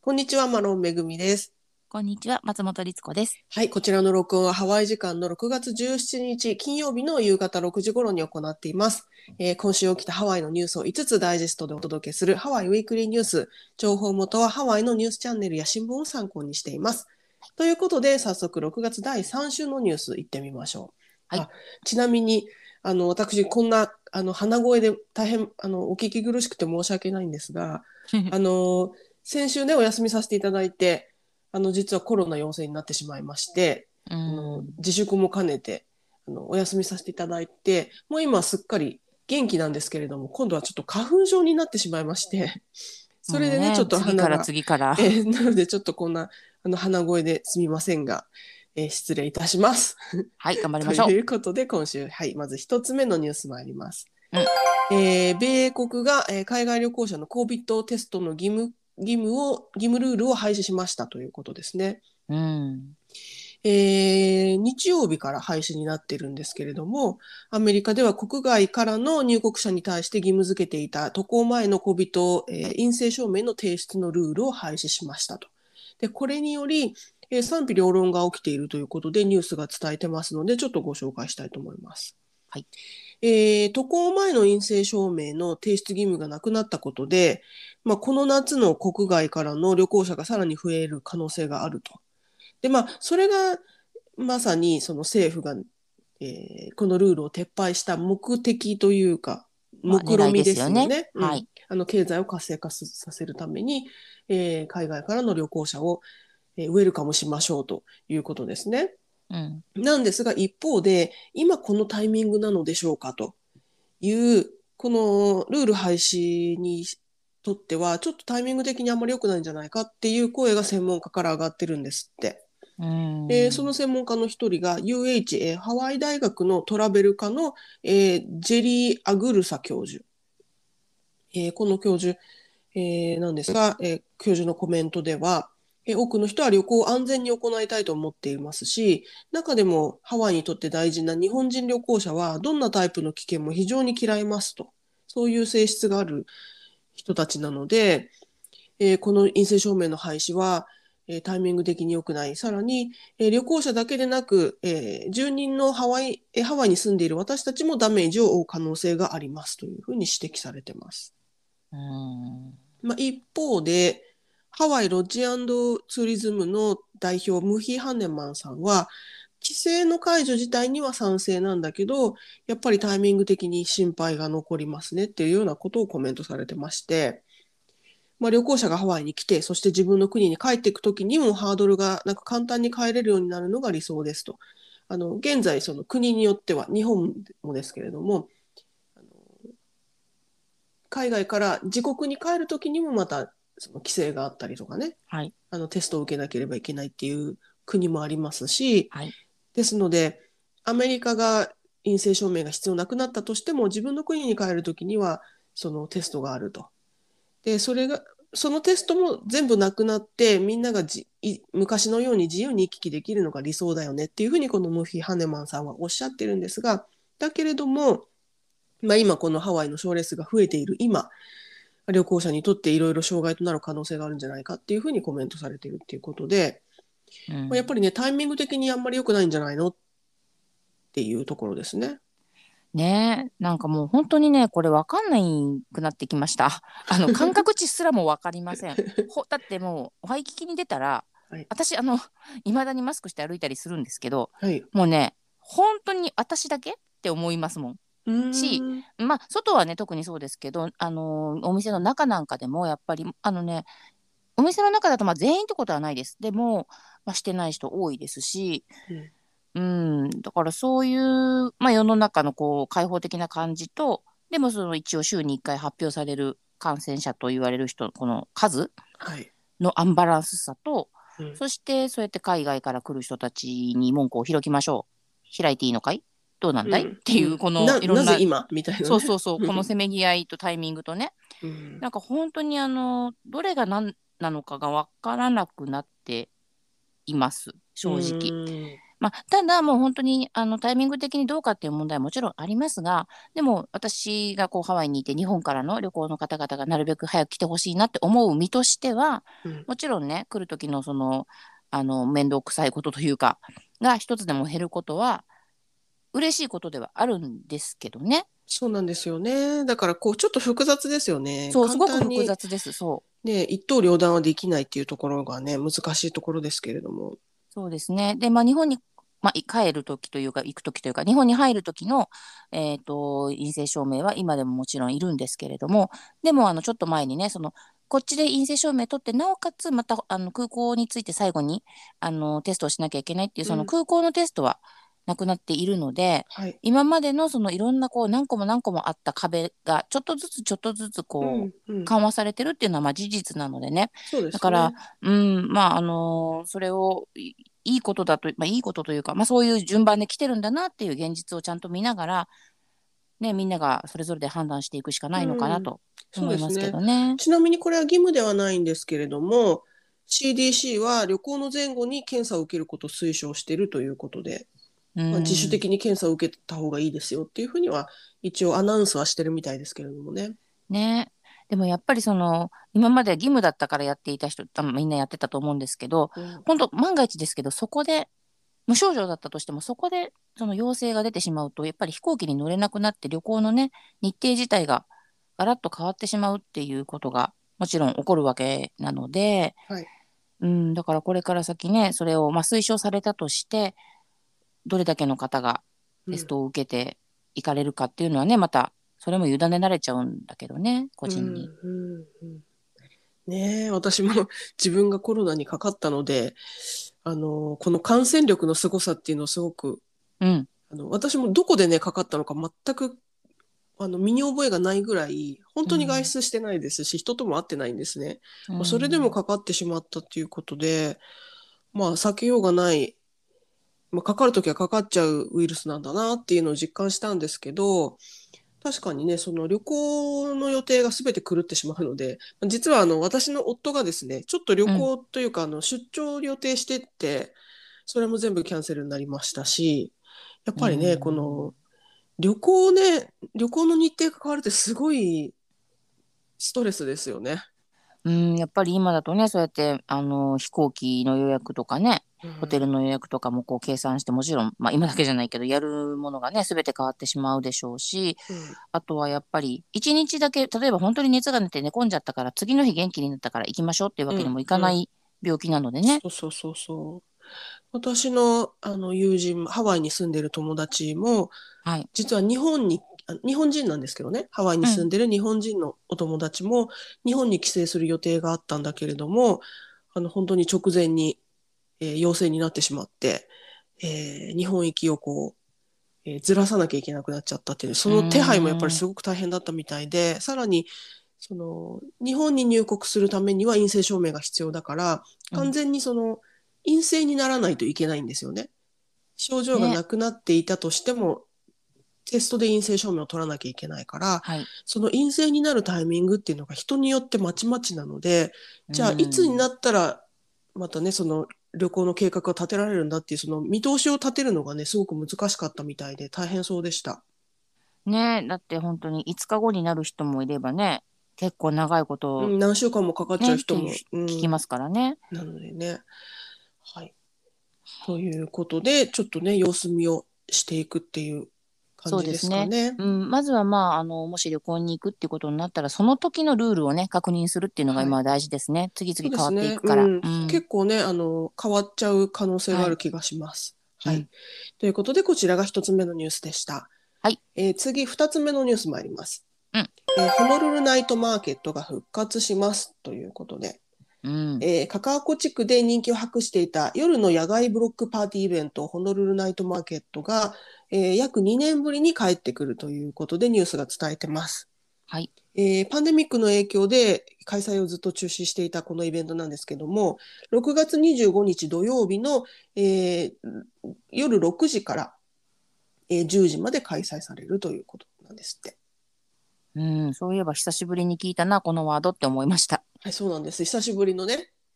こんにちは、マロンめぐみです。 こんにちは、松本律子です。 はい、こちらの録音はハワイ時間の6月17日金曜日の夕方6時頃に行っています。今週起きたハワイのニュースを5つダイジェストでお届けするハワイウィークリーニュース。情報元はハワイのニュースチャンネルや新聞を参考にしています。ということで、早速6月第3週のニュース行ってみましょう。 はい。 ちなみに、私、こんな、鼻声で大変、お聞き苦しくて申し訳ないんですが、あの、先週ね、お休みさせていただいて、実はコロナ陽性になってしまいまして、 うん。 自粛も兼ねて、お休みさせていただいて、もう今すっかり元気なんですけれども、今度はちょっと花粉症になってしまいまして、それでね、ちょもうね、 っと次から鼻が、 次から。 なのでちょっとこんな、鼻声ですみませんが、失礼いたします。 はい、頑張りとましょいうことで、今週、はい、まず一つ目のニュース参ります。 う。うん。 米国が、海外旅行者の COVID テストの義務ルールを廃止しましたということですね。 うん。 日曜日から廃止になっているんですけれども、アメリカでは国外からの入国者に対して義務付けていた渡航前の COVID、陰性証明の提出のルールを廃止しましたと。で、これにより、賛否両論が起きているということでニュースが伝えてますので、ちょっとご紹介したいと思います。 はい。 渡航前の陰性証明の提出義務がなくなったことで、この夏の国外からの旅行者がさらに増える可能性があると。で、それがまさにその政府が、このルールを撤廃した目的というか、 まあ、狙いで目論見みですよね。 すよね。うん。 はい。 経済を活性化させるために、海外からの旅行者を、ウェルカムしましょうということですね。 うん。 なんですが、一方で、今このタイミングなのでしょうかという、このルール廃止にとっては、ちょっとタイミング的にあんまり良くないんじゃないかっていう声が専門家から上がってるんですって。 うん。 その専門家の一人が UH、ハワイ大学のトラベル科の、ジェリー・アグルサ教授。この教授、なんですが、教授のコメントでは、多くの人は旅行を安全に行いたいと思っていますし、中でもハワイにとって大事な日本人旅行者はどんなタイプの危険も非常に嫌いますと。そういう性質がある人たちなので、この陰性証明の廃止は、タイミング的に良くない。さらに、旅行者だけでなく、住人のハワイに住んでいる私たちもダメージを負う可能性がありますというふうに指摘されています。 うん。 一方で、ハワイロッジツーリズムの代表、ムヒ・ハネマンさんは、規制の解除自体には賛成なんだけど、やっぱりタイミング的に心配が残りますねっていうようなことをコメントされてまして、旅行者がハワイに来て、そして自分の国に帰っていくときにもハードルがなく簡単に帰れるようになるのが理想ですと。現在、その国によっては、日本もですけれども、海外から自国に帰るときにもまたその規制があったりとかね、 はい。 テストを受けなければいけないっていう国もありますし、 はい。 ですので、アメリカが陰性証明が必要なくなったとしても、自分の国に帰るときにはそのテストがあると。で、そのテストも全部なくなって、みんなが昔のように自由に行き来できるのが理想だよねっていうふうにこのムフィ・ハネマンさんはおっしゃってるんですが、だけれども、今このハワイの症例数が増えている今、旅行者にとっていろいろ障害となる可能性があるんじゃないかっていうふうにコメントされているっていうことで、 うん。 やっぱりね、タイミング的にあんまり良くないんじゃないのっていうところですね。 ねえ、なんかもう本当にね、これわかんないくなってきました。感覚値すらもわかりません。だってもう、ワイキキに出たら、 はい。 私、未だにマスクして歩いたりするんですけど、 はい。 もうね、本当に私だけって思いますもん。 うし、 ーん。 まあ、外はね、特にそうですけど、お店の中なんかでも、やっぱり、お店の中だと、まあ、全員ってことはないです。でも、まあ、してない人多いですし、 うん。 うん、だからそういう、まあ、世の中のこう、開放的な感じと、でもその一応週に1回発表される感染者と言われる人、この数はい。 のアンバランスさと、 うん。 そしてそうやって海外から来る人たちに文句を広きましょう。開いていいのかい、どうなんだいっうん。 ていう、 うん。 このいろんな、 なぜ今みたいなね。 そうそうそう、このせめぎ合いとタイミングとね、 うん。 なんか本当にどれが何なのかがわからなくなっています、 う正直。 ーん。 ただもう本当にタイミング的にどうかっていう問題はもちろんありますが、でも私がこうハワイにいて日本からの旅行の方々がなるべく早く来てほしいなって思う身としては、 うん、 もちろんね、来る時の面倒くさいことというか、が一つでも減ることは嬉しいことではあるんですけどね。 そうなんですよね。だからこうちょっと複雑ですよね。 そう、す簡ごく複単に雑です。そう。 ね、一刀両断はできないっていうところがね、難しいところですけれども。 そうですね。で、日本に、帰るときというか、行くときというか、日本に入るときの、陰性証明は今でももちろんいるんですけれども、でも、ちょっと前にね、こっちで陰性証明取って、なおかつ、また、空港について最後に、テストをしなきゃいけないっていう、そのうん。 空港のテストはなくなっているので、 はい。 今までの、いろんな、こう、何個も何個もあった壁が、ちょっとずつ、ちょっとずつ、こう、 うん、うん。 緩和されてるっていうのは、事実なのでね。 そうでだから、 すね。 うん、それをいいことだと、いいことというか、そういう順番で来てるんだなっていう現実をちゃんと見ながら、ね、みんながそれぞれで判断していくしかないのかなうん。 とそう思いますけですね。 どね。 ちなみにこれは義務ではないんですけれども、CDC は旅行の前後に検査を受けることを推奨しているということで、 う自主ん。 的に検査を受けた方がいいですよっていうふうには一応アナウンスはしてるみたいですけれどもね。 ね。でもやっぱり今までは義務だったからやっていた人、みんなやってたと思うんですけど、 うん、 本当万が一ですけど、そこで、無症状だったとしても、そこでその陽性が出てしまうと、やっぱり飛行機に乗れなくなって旅行のね、日程自体がガラッと変わってしまうっていうことがもちろん起こるわけなので、 はい。 うん、だからこれから先ね、それを推奨されたとして、どれだけの方がうん。 テストを受けていかれるかっていうのはね、またそれも委ねられちゃうんだけどね、個うん。 人に。 うん。うん。ねえ、私も自分がコロナにかかったので、この感染力の凄さっていうのをすごく、 うん。 私もどこでね、かかったのか全く、身に覚えがないぐらい、本当に外うん。 出してないですし、人とも会ってないんですね。 うそれでもん。 かかってしまったっていうことで、避けようがない、かかるときはかかっちゃうウイルスなんだなっていうのを実感したんですけど、確かにね、その旅行の予定が全て狂ってしまうので、実は私の夫がですね、ちょっと旅うん。 行というか出張を予定してって、それも全部キャンセルになりましたし、やっうぱりね、こん。 の旅行の日程が変わるってすごいストレスですよね。 うん、やっぱり今だとね、そうやって、飛行機の予約とかね、 うん、 ホテルの予約とかもこう計算して、もちろん、今だけじゃないけど、やるものがね、すべて変わってしまうでしょうし、 うん、 あとはやっぱり、一日だけ、例えば本当に熱が出て寝込んじゃったから、次の日元気になったから行きましょうっていうわうん、 けにもいかうん。 ない病気なのでね。 そうそうそうそう。私の友人、ハワイに住んでる友達も、 はい。 実は日本人なんですけどね、ハワイにうん。 住んでる日本人のお友達も日本に帰省する予定があったんだけれども、本当に直前に、陽性になってしまって、日本行きをずらさなきゃいけなくなっちゃったっていう、そうの手配もやっぱりーん。 すごく大変だったみたいで、さらに、日本に入国するためには陰性証明が必要だから、 うん。 完全に陰性にならないといけないんですよね。症状がね。 なくなっていたとしても、テストで陰性証明を取らなきゃいけないから、 はい。 その陰性になるタイミングっていうのが人によってまちまちなので、 うじゃあいつになん。 ったらまたね、その旅行の計画を立てられるんだっていうその見通しを立てるのがね、すごく難しかったみたいで大変そうでした。 ね。だって本当に5日後になる人もいればね、結構長いことうん、何週間もかかっちゃね、 うっていう人も、うん、 聞きますからね。 なのでね。はい。ということで、ちょっとね、様子見をしていくっていう感そうじですですね。 かね。 うん、まずはもし旅行に行くっていうことになったら、その時のルールをね、確認するっていうのがはい。 今は大事ですね。次そう 々変わっていですね。 くから。 うん。 うん。 結構ね、変わっちゃう可能性がはい。 ある気がします。はい。 うん。 ということで、こちらが一つ目のニュースでした。 はい。 次、二つ目のニュース参ります。 うん。 ホノルルナイトマーケットが復活しますということで、 うん。 カカアコ地区で人気を博していた夜の野外ブロックパーティーイベント、ホノルルナイトマーケットが、約2年ぶりに帰ってくるということでニュースが伝えてます。 はい。 パンデミックの影響で開催をずっと中止していたこのイベントなんですけども、6月25日土曜日の、夜6時から、10時まで開催されるということなんですって。 うん。そういえば久しぶりに聞いたな、このワードって思いました。 はい、そうなんです。久しぶりのね、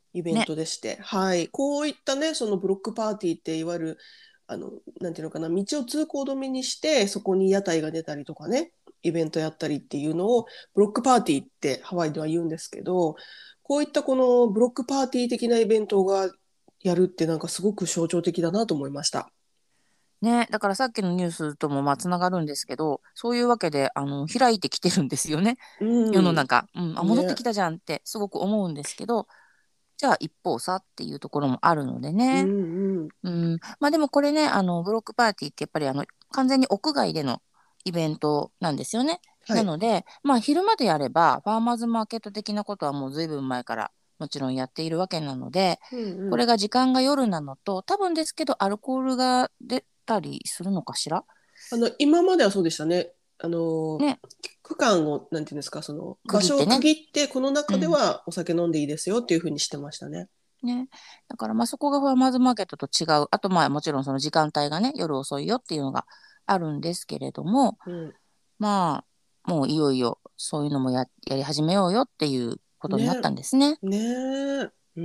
イベンね。 トでして、はい、こういったね、そのブロックパーティーっていわゆる、なんていうのかな、道を通行止めにして、そこに屋台が出たりとかね、イベントやったりっていうのを、ブロックパーティーってハワイでは言うんですけど、こういったこのブロックパーティー的なイベントがやるってなんかすごく象徴的だなと思いました。 ね、だからさっきのニュースともまあつながるんですけど、そういうわけで開いてきてるんですよね、世のうん。 中。戻ってね。 きたじゃんってすごく思うんですけど、じゃあ一方さっていうところもあるのでうね。 んうん。 まあでもこれね、ブロックパーティーってやっぱり完全に屋外でのイベントなんですよね。 はい。 なので、まあ昼間でやれば、ファーマーズマーケット的なことはもう随分前からもちろんやっているわけなので、 うんうん。 これが時間が夜なのと、多分ですけど、アルコールが出たりするのかしら今まではそうでしたね。 ね、 区間を、なんていうんですか、その場所を区区切ってね。 切って、この中でうん。 はお酒飲んでいいですよっていうふうにしてましたね。 ね。だからまあそこがファーマーズマーケットと違う。あとまあもちろんその時間帯がね、夜遅いよっていうのがあるんですけれども、 うん。 まあ、もういよいよそういうのもやり始めようよっていうことになっね。 たんですね。 ねえ。うん。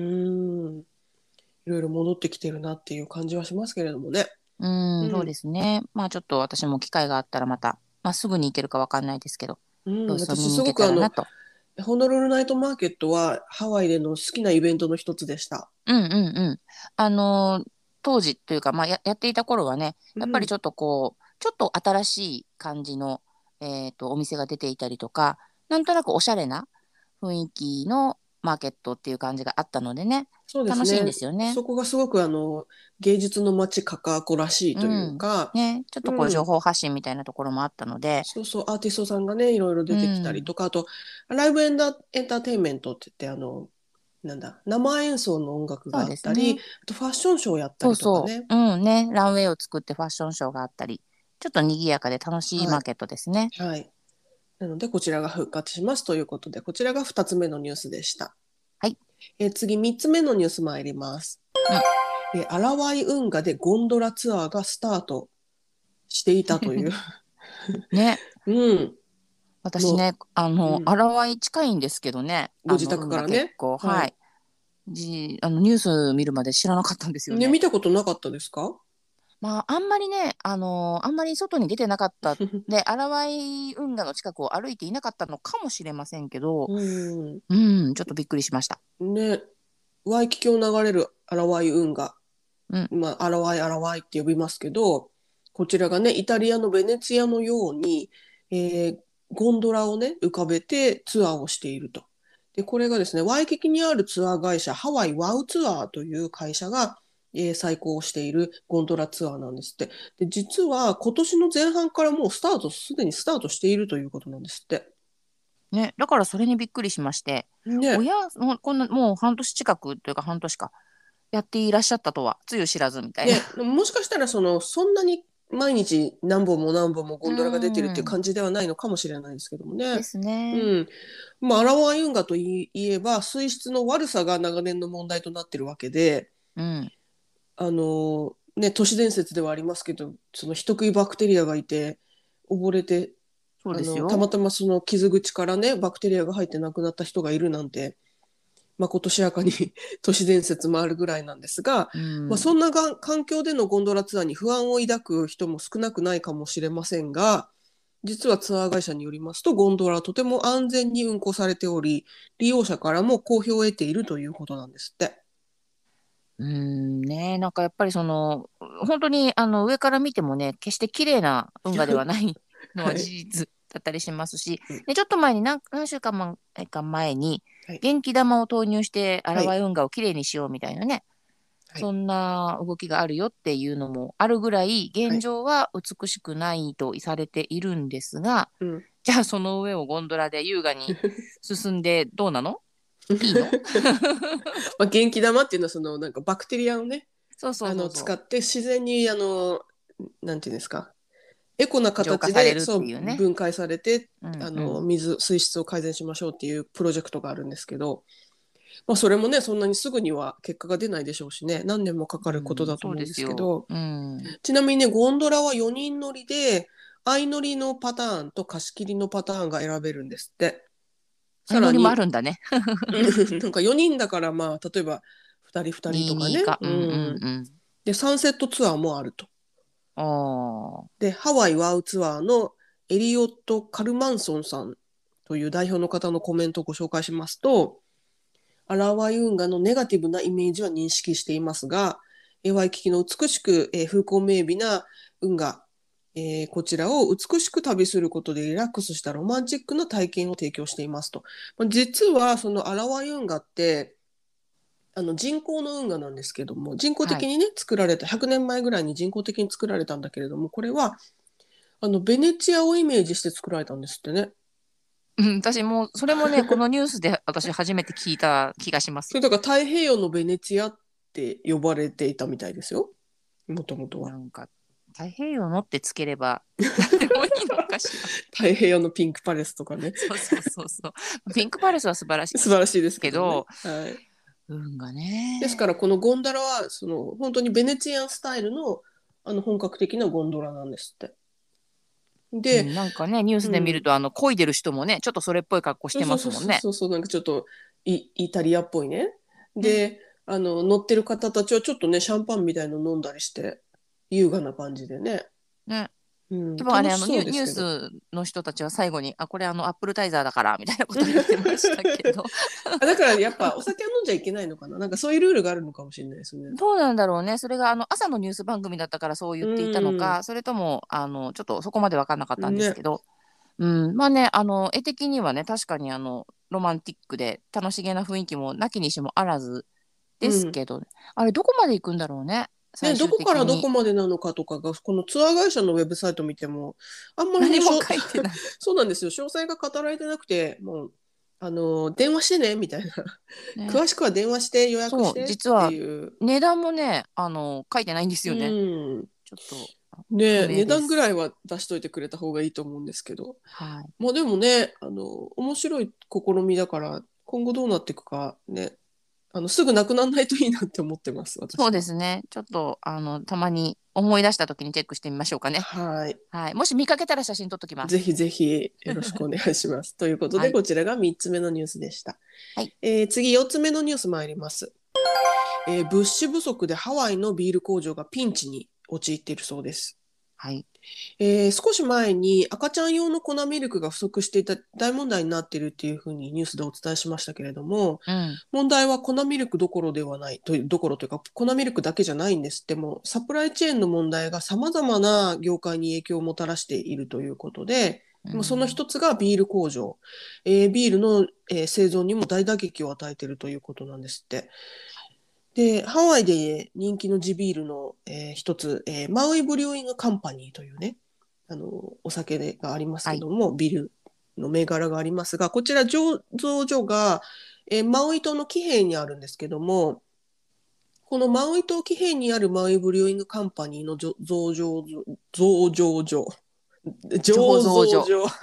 いろいろ戻ってきてるなっていう感じはしますけれどもね。 そううん。 ですね。まあちょっと私も機会があったらまた、まあすぐに行けるかわかんないですけど、 うん。 様子を見私に行けすごくたらなと。 ホノルルナイトマーケットはハワイでの好きなイベントの一つでした。 うんうんうん。あのー当時というか、まあやっていた頃はね、 うん。 やっぱりちょっとこう、ちょっと新しい感じの、お店が出ていたりとか、なんとなくおしゃれな雰囲気のマーケットっていう感じがあったのでね、 そうです楽しいんでね。 すよね。 そこがすごく芸術の街カカアコらしいうというん。 か、 ね、ちょっとこううん。 情報発信みたいなところもあったので、 そうそう、アーティストさんがね、いろいろう出てきたりん。 とか、あと、ライブエンターテインメントって言って、なんだ、生演奏の音楽がそうあったり、 ですね。 あとファッションショーやったそうそりとかね。 う。うんね、ランウェイを作ってファッションショーがあったり、ちょっと賑やかで楽しいはい。 マーケットですね。 はい。なので、こちらが復活しますということで、こちらが2つ目のニュースでした。 はい。 次、3つ目のニュース参ります。 うん。 アラワイ運河でゴンドラツアーがスタートしていたという。 ね、 うん。の、 私ね、 うん。 アラワイ近いんですけどね、 ご自宅運がからね。 結構、 はい。 はい。ニュース見るまで知らなかったんですよね、 ね。 見たことなかったですか？ まあ、あんまりね、あんまり外に出てなかったで、アラワイ運河の近くを歩いていなかったのかもしれませんけど、 うん。 ちょっとびっくりしました。 ね、ワイキキを流れるアラワイ運河、 うん。 まあ、アラワイって呼びますけど、こちらがね、イタリアのベネツィアのように、えーゴンドラをね、浮かべてツアーをしていると。で、これがですね、ワイキキにあるツアー会社、ハワイワウツアーという会社が、再興しているゴンドラツアーなんですって。で、実は今年の前半からもうすでにスタートしているということなんですって。 ね、だからそれにびっくりしまして、 ね、 もうこんな、もう半年近くというか半年か、やっていらっしゃったとは、つゆ知らずみたいな。 ね、もしかしたらそんなに毎日何本も何本もうゴンドラが出てるっていうーん。 感じではないのかもしれないですけどもね。 ですね。 うん。まあ、アラワイ運河といえば、水質の悪さが長年の問題となってるわけで、 うん。 ね、都市伝説ではありますけど、その人食いバクテリアがいて、溺れて、 そうですたまよ。 たまその傷口からね、バクテリアが入って亡くなった人がいるなんて、まことしやかに都市伝説もあるぐらいなんですが、 うまあ、 ん。 そんな環境でのゴンドラツアーに不安を抱く人も少なくないかもしれませんが、実はツアー会社によりますと、ゴンドラはとても安全に運行されており、利用者からも好評を得ているということなんですって。 ね、なんかやっぱり本当に上から見てもね、決して綺麗な運河ではないのは事はい。 実だったりしますし、 うん、 で、ちょっと前に何週間も前に、 はい。 元気玉を投入してはい。 洗い運河をきれいにしようみたいなね、 はい。 そんな動きがあるよっていうのもあるぐらい、 はい。 現状は美しくないとされているんですが、 うん。 じゃあその上をゴンドラで優雅に進んでどうなのいいのまあ、元気玉っていうのはなんかバクテリアをね、 そうそうそうそ使って自然になんていうんですか、エコなう。浄化形されるっでそうていうね。 分解されてうんうん。 水質を改善しましょうっていうプロジェクトがあるんですけど、まあ、それもねそんなにすぐには結果が出ないでしょうしね、何年もかかることだとそうで思うんですよ。 すけど、 うん。 ちなみにねゴンドラは4人乗りで相乗りのパターンと貸し切りのパターンが選べるんですって。 相乗りもあさらに、 るんだね。 なんか4人だからまあ、例えば2人2人とか 22 ね。 か。うんうんうん。 うん。 で、サンセットツアーもあると。 おー。 で、ハワイワウツアーのエリオット・カルマンソンさんという代表の方のコメントをご紹介しますと、アラワイ運河のネガティブなイメージは認識していますが、ワイキキの美しく、風光明媚な運河、こちらを美しく旅することでリラックスしたロマンチックな体験を提供していますと。実はそのアラワイ運河って人工の運河なんですけども、人工はい。 的にね作られた100年前ぐらいに人工的に作られたんだけれども、これはベネチアをイメージして作られたんですってね。 うん、私も、それもね、このニュースで私初めて聞いた気がします。 それだから太平洋のベネチアって呼ばれていたみたいですよ。もともとは。 なんか、太平洋のってつければ、何でもいいのかしら。 太平洋のピンクパレスとかね。 そうそうそうそう。ピンクパレスは素晴らしい素晴らしいですけどね。 けど、 はい。 運がですからね。 このゴンドラは本当にベネチアンスタイルの本格的なゴンドラなんですって。で、 うん、なんかね、ニューうん。 スで見ると、漕いでる人もね、ちょっとそれっぽい格好してそうそうそうますもんね。 そうそう、なんかちょっとイタリアっぽいね。 ね。 で、乗ってる方たちはちょっとね、シャンパンみたいの飲んだりして、優雅な感じでね。 ね。 うん、 でもあれ、 楽しそうでニューすけど。 スの人たちは最後に、あ、これアップルタイザーだから、みたいなこと言ってましたけど、 だからやっぱお酒は飲んじゃいけないのかな。なんかそういうルールがあるのかもしれないですね。 どうなんだろうね。それが朝のニュース番組だったからそう言うっていたのん。 か、それとも、ちょっとそこまで分かんなかったんですね。 けど、うん、まあね、絵的にはね、確かにロマンティックで楽しげな雰囲気もなきにしもあらずうん。 ですけど、あれどこまで行くんだろうね、 ね、 最終どこからどこ的に。 までなのかとかが、このツアー会社のウェブサイト見ても、あんまりね、 何も書いてない。 そうなんですよ。詳細が語られてなくて、もう、電話してね、みたいな。 ね。 詳しくは電話して予約そう、 してって実はいう。 値段もね、書いてないんですうよね。 ん。 ちょっと不ね、値明です。 段ぐらいは出しといてくれた方がいいと思うんですけど。 はい。 まあでもね、面白い試みだから、今後どうなっていくかね、すぐなくならないといいなって思ってます、 そう私は。 ですね。ちょっと、たまに思い出した時にチェックしてみましょうかね。 はい。 はい。もし見かけたら写真撮っときます。 ぜひぜひよろしくお願いします。ということで、 はい。 こちらが3つ目のニュースでした。 はい。 次、4つ目のニュース参ります。物資不足でハワイのビール工場がピンチに陥っているそうです。 はい。 少し前に赤ちゃん用の粉ミルクが不足していた大問題になっているっていうふうにニュースでお伝えしましたけれども、 うん。 問題は粉ミルクどころではないどころというか粉ミルクだけじゃないんですって。もサプライチェーンの問題がさまざまな業界に影響をもたらしているということで、 うもうそのん。 一つがビール工場、ビールの、製造にも大打撃を与えているということなんですって。で、ハワイで人気の地ビールの、一つ、マウイブリューイングカンパニーというね、お酒がありますはい。 けども、ビールの銘柄がありますが、こちら醸造所が、マウイ島のキヘイにあるんですけども、このマウイ島キヘイにあるマウイブリューイングカンパニーの醸造所、 醸醸造所。 造所、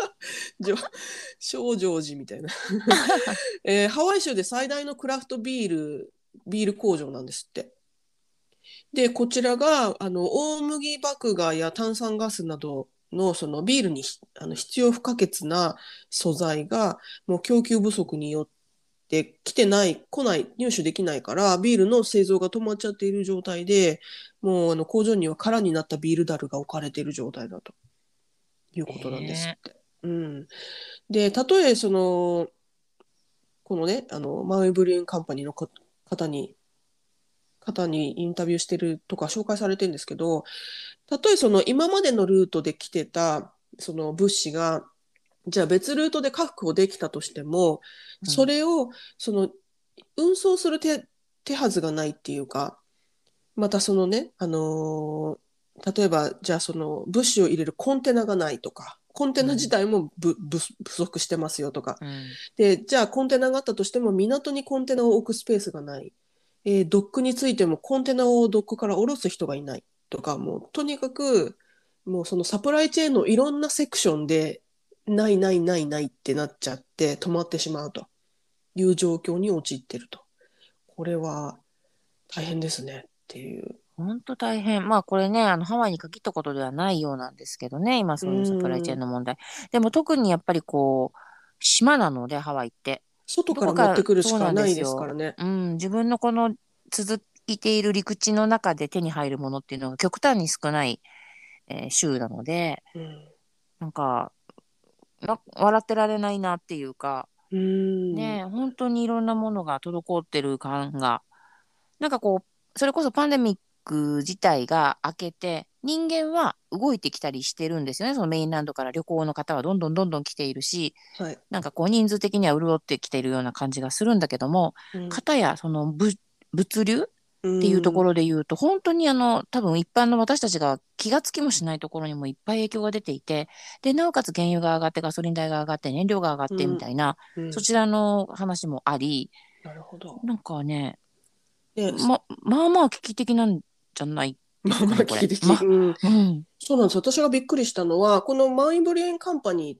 正常寺みたいな、ハワイ州で最大のクラフトビール工場なんですって。で、こちらが、大麦麦芽や炭酸ガスなどの、そのビールに必要不可欠な素材が、もう供給不足によって来ない、入手できないから、ビールの製造が止まっちゃっている状態で、もう工場には空になったビール樽が置かれている状態だということなんですええ。 って。うん。で、たとえこのね、マウイブリューンカンパニーの方にインタビューしてるとか紹介されてるんですけど、たとえその今までのルートで来てたその物資が、じゃあ別ルートで確保できたとしても、 うん。 それをその運送する手はずがないっていうか、またそのね、例えばじゃあその物資を入れるコンテナがないとか、コンテナ自うん。 体も不足してますよとか、 うん。 で、じゃあコンテナがあったとしても港にコンテナを置くスペースがない。ドックについてもコンテナをドックから下ろす人がいないとか、もうとにかく、もうそのサプライチェーンのいろんなセクションで、ないないないないってなっちゃって止まってしまうという状況に陥ってると。これは大変ですねっていう。 本当大変。まあこれね、ハワイに限ったことではないようなんですけどね、今うそういうサプライチェーーん。 ンの問題。でも特にやっぱりこう、 島なので、ハワイって。 外から持ってどこか、 くるしそうなんでかないですかすよ。 らね。 うん、自分のこの続いている陸地の中で手に入るものっていうのが極端に少ない、州なので、 うん。 なんか、笑ってられないなっていうか、 うーん。 ね、本当にいろんなものが滞ってる感が、なんかこう、それこそパンデミック自体が明けて、人間は動いてきたりしてるんですよね。そのメインランドから旅行の方はどんどんどんどん来ているし、 はい。 なんかこう人数的には潤ってきているような感じがするんだけども、 うん。 片やその物流っうていうとこん。 ろで言うと、本当に多分一般の私たちが気がつきもしないところにもいっぱい影響が出ていて、で、なおかつ原油が上がってガソリン代が上がって燃料が上がってみうん。 たいな、 うん。 そちらの話もあり、 なるほど。 なんかね、 で、 まあまあ危機的なんじゃないですかね、 まあまあこれ。 危機的。うん。 うん。 そうなんです。私がびっくりしたのは、このマイブレーンカンパニーって、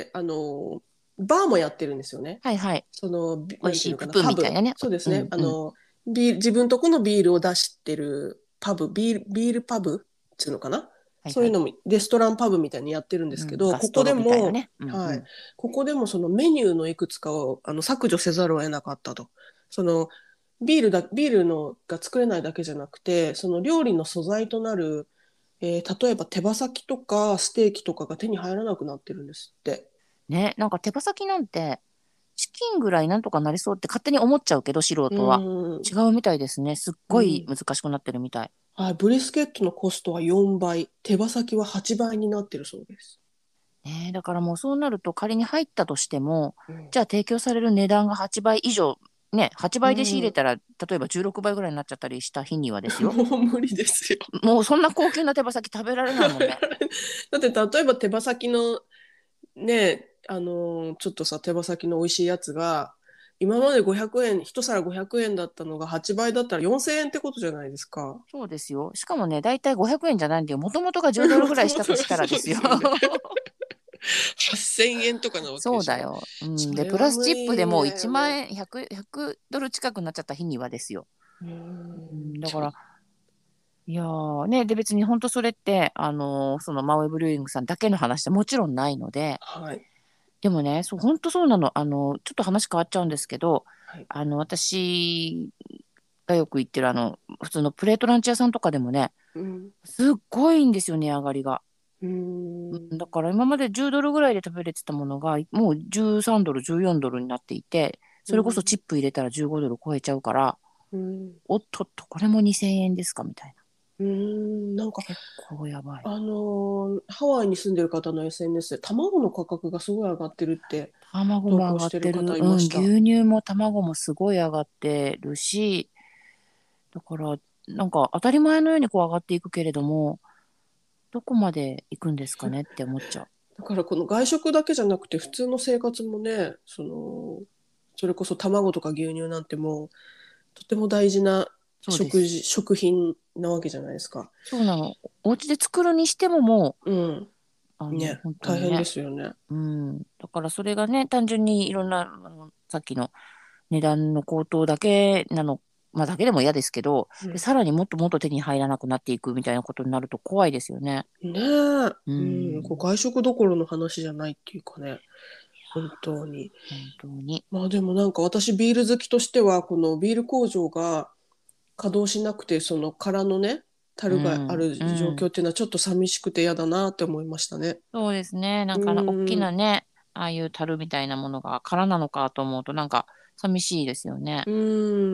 バーもやってるんですよね。 はいはい。美なんていうのかな、 味しいププパブ。 みたいなね。 そうですね。 うんうん。 自分とこのビールを出してるパブ、ビールパブっていうのかな。 はいはい。 そういうのも、レストランパブみたいにやってるんでうん、 すけど、ここガストロでも、 みたいなね。うんうはい。 ん。 ここでもそのメニューのいくつかを削除せざるを得なかったと。そのビールのが作れないだけじゃなくて、その料理の素材となる、例えば手羽先とかステーキとかが手に入らなくなってるんですって。 ね、なんか手羽先なんて、チキンぐらいなんとかなりそうって勝手に思っちゃうけど、素う人は。違ん。 うみたいですね。すっごいうん。 難しくなってるみたい。 はい、ブリスケットのコストは4倍、手羽先は8倍になってるそうです。 ね、だからもうそうなると仮に入ったとしても、 うん。 じゃあ提供される値段が8倍以上、ね、8 う倍で仕入れん、 たら、例えば16倍ぐらいになっちゃったりした日にはですよ。 もう無理ですよ。 もうそんな高級な手羽先食べられないもんね。 だって例えば手羽先のね、ちょっとさ、手羽先の美味しいやつが、今まで500円、一皿500円だったのが8倍だったら4000円ってことじゃないですか。 そうですよ。しかもね、だいたい500円じゃないんで、もともとが10ドルもぐらいしたとともとがしたらですよ。 そうですよね。8000円とかなわけでしょ。 そうだよ。うん。で、 それプラスは無チップでもう1 理だよね。 万円、100ドル近くなっちゃった日にはですよ。 うーうん、 ん、 だから、いやーね、で別に本当それって、そのマウェブルーイングさんだけの話でもちろんないので、 はい。 でもね、そう、本当そうなの。ちょっと話変わっちゃうんですけど、 はい。 私がよく行ってる普通のプレートランチ屋さんとかでもね、 うん。 すっごいんですよ、値上がりが。 うーん。 うん、だから今まで10ドルぐらいで食べれてたものが、もう13ドル、14ドルになっていて、それこそうん。 チップ入れたら15ドル超えちゃうから、 うん。 おっとっと、これも2000円ですかみたいな。 うーん。なんか、 結構やばい。 ハワイに住んでる方の SNS で卵の価格がすごい上がってるって投卵も上稿してるがってる。 方いまうん、 した。 牛乳も卵もすごい上がってるし、だから、なんか当たり前のようにこう上がっていくけれども、どこまで行くんですかねって思っちゃう。 だからこの外食だけじゃなくて普通の生活もね、それこそ卵とか牛乳なんてもうとても大事なそうです。 食品なわけじゃないですか。 そうなの。お家で作るにしてももうん。 う、 ね、 本当大変でにね。 すよね。 うん。だからそれがね、単純にいろんな、さっきの値段の高騰だけなの、まあだけでも嫌ですけど、で、 うん、 さらにもっともっと手に入らなくなっていくみたいなことになると怖いですよね。 ねえ、 ううん、こうん。 外食どころの話じゃないっていうかね、本当に。 本当に。 まあでもなんか私ビール好きとしては、このビール工場が稼働しなくて、その空のね、 う樽があん。 るうん。 状況っていうのはちょっと寂しくて嫌だなって思いましたね。 そうですね。なうんか大きん、 なね、ああいう樽みたいなものが空なのかと思うと、なんか寂しいですよね。 うん、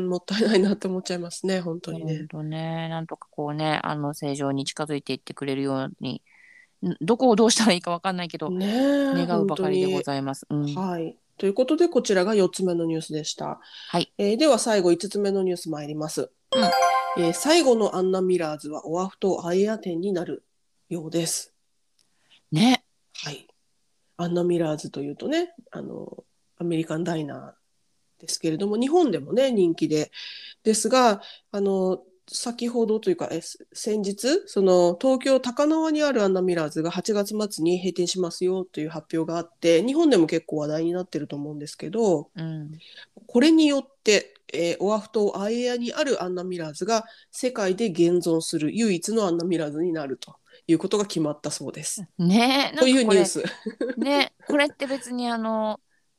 もったいないなって思っちゃいますね、本当にね。 本当ね、なんとかこうね、正常に近づいていってくれるように、どこをどうしたらいいかわかんないけど、 ねえ、 願う本ばかりでご当に。 ざいます。うん。 はい。ということで、こちらが4つ目のニュースでした。 はい。 では最後5つ目のニュース参ります。 うん。 最後のアンナミラーズはオアフ島アイア店になるようです。 ね。 はい。アンナミラーズというとね、アメリカンダイナーですけれども、日本でもね、人気で、ですが、先ほどというか、先日、その東京高輪にあるアンナミラーズが8月末に閉店しますよという発表があって、日本でも結構話題になってると思うんですけど、 うん。 これによって、オアフ島アイエアにあるアンナミラーズが世界で現存する唯一のアンナミラーズになるということが決まったそうです。 ね。なとんかこれ、 いうニュース。 ね。これって別に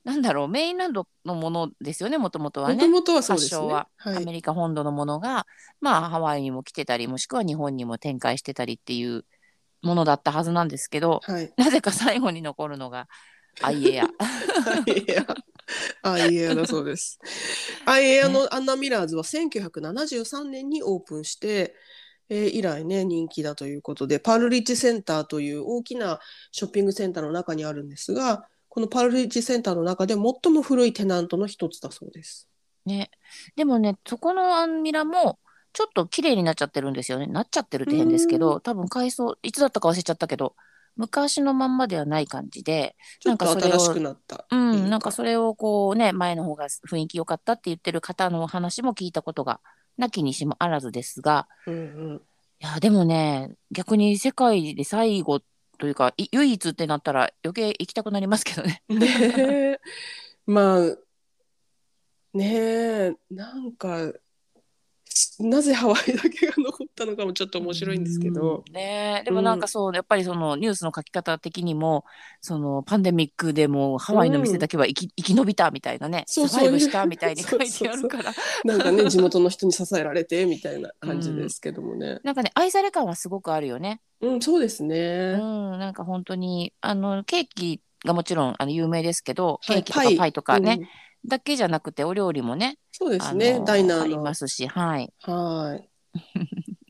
なんだろう、メインランドのものですよね、もともとはもとね。 もとはそうですね。 発祥ははい。 アメリカ本土のものが、まあ、ハワイにも来てたり、もしくは日本にも展開してたりっていうものだったはずなんですけど、 はい。 なぜか最後に残るのがアイエア。 アイエア。アイエアだそうです。アイエアね。 のアンナミラーズは1973年にオープンして、以来ね、人気だということで、パールリッジセンターという大きなショッピングセンターの中にあるんですが、このパールリッジセンターの中で最も古いテナントの一つだそうです。 ね。でもね、そこのアンミラも、ちょっと綺麗になっちゃってるんですよね。なっちゃってるっうて変ですけーん。 ど、多分改装、いつだったか忘れちゃったけど、昔のまんまではない感じで、なんかちょっとそれを、 新しくなったっうん、なんかていうか。 それをこうね、前の方が雰囲気良かったって言ってる方の話も聞いたことがなきにしもあらずですが、 うんいや、でもね、逆に世界で最後というか、唯一ってなったら余計行きたくなりますけどね。 うん。ねえ。まあ、ねえ、なんか、なぜハワイだけが残ったのかもちょっとうー面白いんですけど、 んねえ、でもなんうん、 かそう、やっぱりそのニュースの書き方的にも、そのパンデミックでもハうワイの店だん。 けは生き延びたみたいなね、 そう、 サバイそういう、 ブしたみたいに書そういてそうそう。 あるから、 なんかね、地元の人に支えられてみたいなうん、 感じですけどもね。 なんかね、愛され感はすごくあるよね。 うん、そうですうん、 ね。 なんか本当に、ケーキがもちろん有名ですけど、 はい、 ケーキとかパイパイ。 とかね、 うん、 だけじゃなくてお料理もね、 そうですね。ダイナーありまの。 すし、はい。 はい。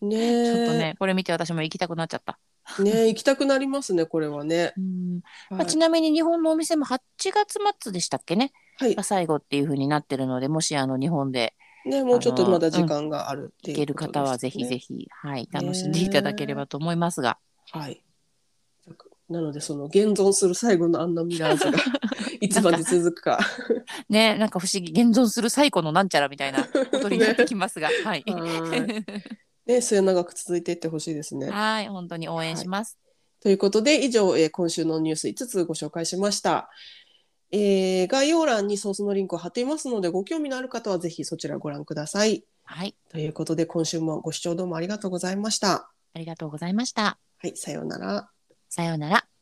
ちょっとねね、これ見て私も行きたくなっちゃった。 え、ねえ、行きたくなりますね、これはね。 うん、まあ、 はい。 ちなみに日本のお店も8月末でしたっけね、 はい。 が最後っていう風になってるので、もし日本で、 ね、もうちょっとまだ時うん、 間があるって行けるいうことで方はぜすかね。 ひぜひ、はい、楽しんでいただけれねえ。 ばと思いますが。 はい。なので、その現存する最後のアンナ・ミラーズがいつまでなんか続くか。 ね、なんか不思議、現存する最古のなんちゃらみたいなことになってきね。 ますが、はい。 はい。ね、末永く続いていってほしいですね。 はい、本当に応援はい。 します。 ということで、以上、今週のニュース5つご紹介しました。概要欄にソースのリンクを貼っていますので、ご興味のある方はぜひそちらご覧ください。 はい、 ということで、今週もご視聴どうもありがとうございました。 ありがとうございました。 はい、さようなら。 さようなら。